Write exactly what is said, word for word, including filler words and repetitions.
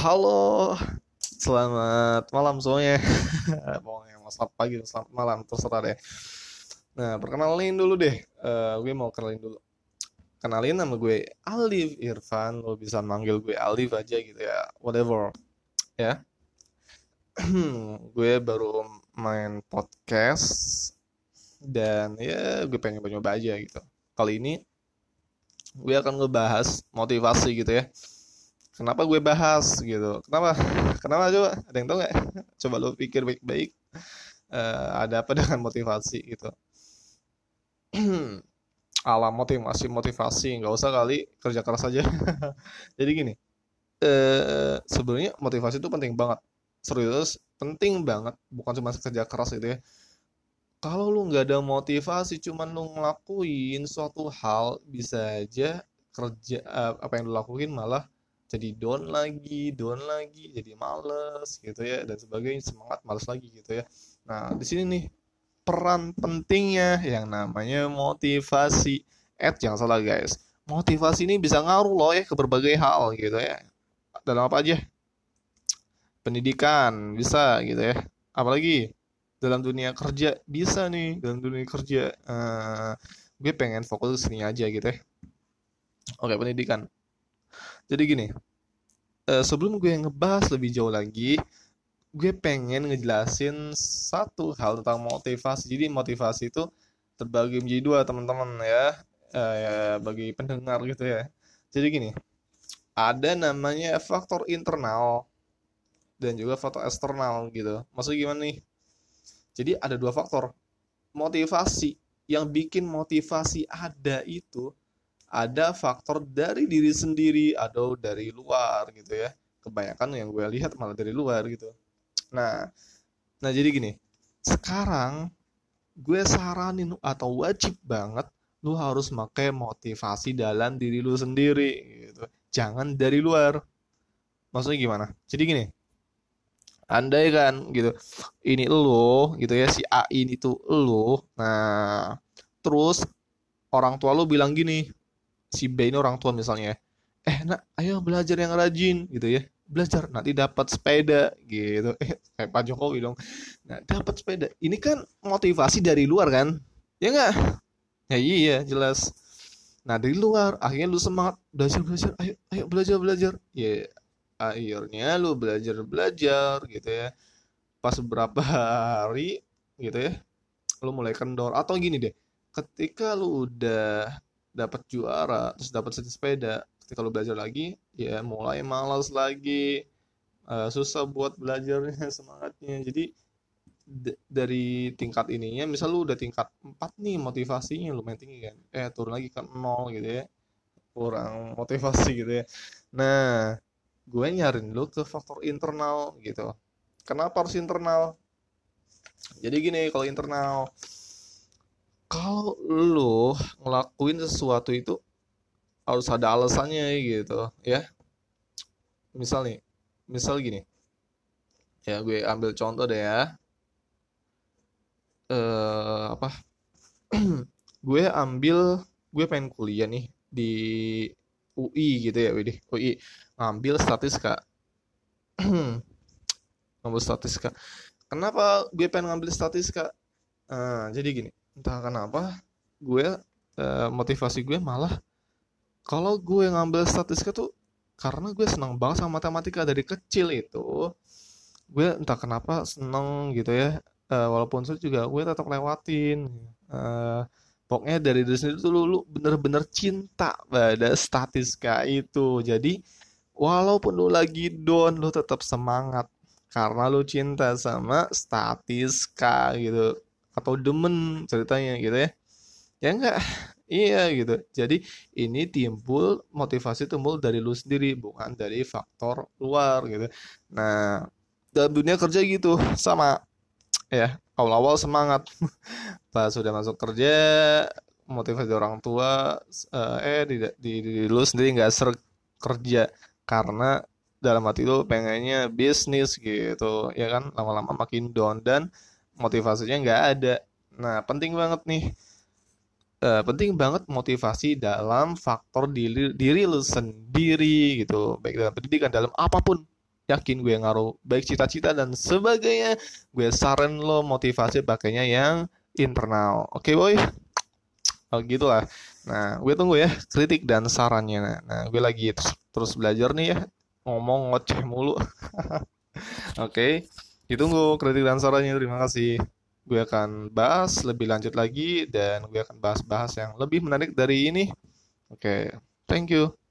Halo, selamat malam semuanya. Pokoknya mau selamat pagi, selamat malam, terserah deh. Nah, perkenalin dulu deh. Eh, gue mau kenalin dulu. Kenalin nama gue Alif Irfan. Lo bisa manggil gue Alif aja gitu ya. Whatever. Ya. Gue baru main podcast dan ya gue pengen coba aja gitu. Kali ini gue akan ngebahas motivasi gitu ya. Kenapa gue bahas gitu? Kenapa? Kenapa coba? Ada yang tahu nggak? Coba lo pikir baik-baik. Eh, ada apa dengan motivasi gitu? Alam motivasi motivasi nggak usah kali kerja keras aja. Jadi gini, eh, sebenarnya motivasi itu penting banget. Serius, penting banget. Bukan cuma kerja keras gitu ya. Kalau lu nggak ada motivasi, cuman lu ngelakuin suatu hal, bisa aja kerja eh, apa yang lu lakuin malah jadi down lagi, down lagi, jadi males gitu ya dan sebagainya, semangat males lagi gitu ya. Nah, di sini nih peran pentingnya yang namanya motivasi. Eh, jangan salah guys. Motivasi ini bisa ngaruh loh ya ke berbagai hal gitu ya. Dalam apa aja? Pendidikan bisa gitu ya. Apalagi dalam dunia kerja bisa nih, dalam dunia kerja. Eh, gue pengen fokus ke sini aja gitu ya. Oke, pendidikan. Jadi gini, eh, sebelum gue ngebahas lebih jauh lagi, gue pengen ngejelasin satu hal tentang motivasi. Jadi motivasi itu terbagi menjadi dua teman-teman ya, Eh, ya, bagi pendengar gitu ya. Jadi gini, ada namanya faktor internal dan juga faktor eksternal gitu. Maksudnya gimana nih? Jadi ada dua faktor motivasi. Yang bikin motivasi ada itu ada faktor dari diri sendiri atau dari luar gitu ya. Kebanyakan yang gue lihat malah dari luar gitu. Nah, nah jadi gini, sekarang gue saranin atau wajib banget lu harus pakai motivasi dalam diri lu sendiri gitu. Jangan dari luar. Maksudnya gimana? Jadi gini, andai kan gitu, ini lo gitu ya, si A ini tuh lo. Nah, terus orang tua lu bilang gini, si B ini orang tua misalnya, eh nak ayo belajar yang rajin gitu ya, belajar nanti dapat sepeda gitu. Eh kayak Pak Jokowi dong. Nah, dapat sepeda ini kan motivasi dari luar kan, ya nggak? Ya iya jelas. Nah dari luar akhirnya lu semangat belajar belajar, ayo ayo belajar belajar ya, akhirnya lu belajar belajar gitu ya. Pas beberapa hari gitu ya, lu mulai kendor. Atau gini deh, ketika lu udah dapat juara terus dapat sepeda, ketika lu belajar lagi ya mulai malas lagi, eh, susah buat belajarnya semangatnya. Jadi d- dari tingkat ininya misal lu udah tingkat empat nih, motivasinya lumayan tinggi kan, eh turun lagi ke nol gitu ya, kurang motivasi gitu ya. Nah, gue nyarin lu ke faktor internal gitu. Kenapa harus internal? Jadi gini, kalau internal, kalau lu ngelakuin sesuatu itu harus ada alasannya gitu ya. Misal nih, misal gini, ya gue ambil contoh deh ya. Eh apa? Gue ambil, gue pengen kuliah nih di U I gitu ya, Widih, U I, ngambil statistika. Ngambil statistika. Kenapa gue pengen ngambil statistika? Eh, jadi gini, entah kenapa gue, eh, motivasi gue malah kalau gue ngambil statistika tuh karena gue senang banget sama matematika dari kecil itu. Gue entah kenapa seneng gitu ya. Eh, walaupun sulit juga gue tetap lewatin. Eh, pokoknya dari diri sendiri tuh lu, lu bener-bener cinta pada statistika itu. Jadi walaupun lu lagi down, lu tetap semangat karena lu cinta sama statistika gitu, atau demen ceritanya gitu ya. Ya enggak? Iya gitu. Jadi ini timbul, motivasi timbul dari lu sendiri, bukan dari faktor luar gitu. Nah, dalam dunia kerja gitu sama ya. Awal-awal semangat, pas sudah masuk kerja, motivasi dari orang tua, eh eh, di, di, di, di lu sendiri nggak ser kerja karena dalam hati lu pengennya bisnis gitu ya kan, lama-lama makin down dan motivasinya nggak ada. Nah, penting banget nih, eh, penting banget motivasi dalam faktor diri diri lu sendiri gitu, baik dalam pendidikan, dalam apapun. yakin gue ngaruh baik cita-cita dan sebagainya. Gue saran lo motivasi pakainya yang internal. Oke boy, oh gitu lah. Nah gue tunggu ya kritik dan sarannya. Nah, nah gue lagi terus, terus belajar nih ya, ngomong ngoceh mulu. Oke, ditunggu kritik dan sarannya. Terima kasih. Gue akan bahas lebih lanjut lagi dan gue akan bahas-bahas yang lebih menarik dari ini. Oke, thank you.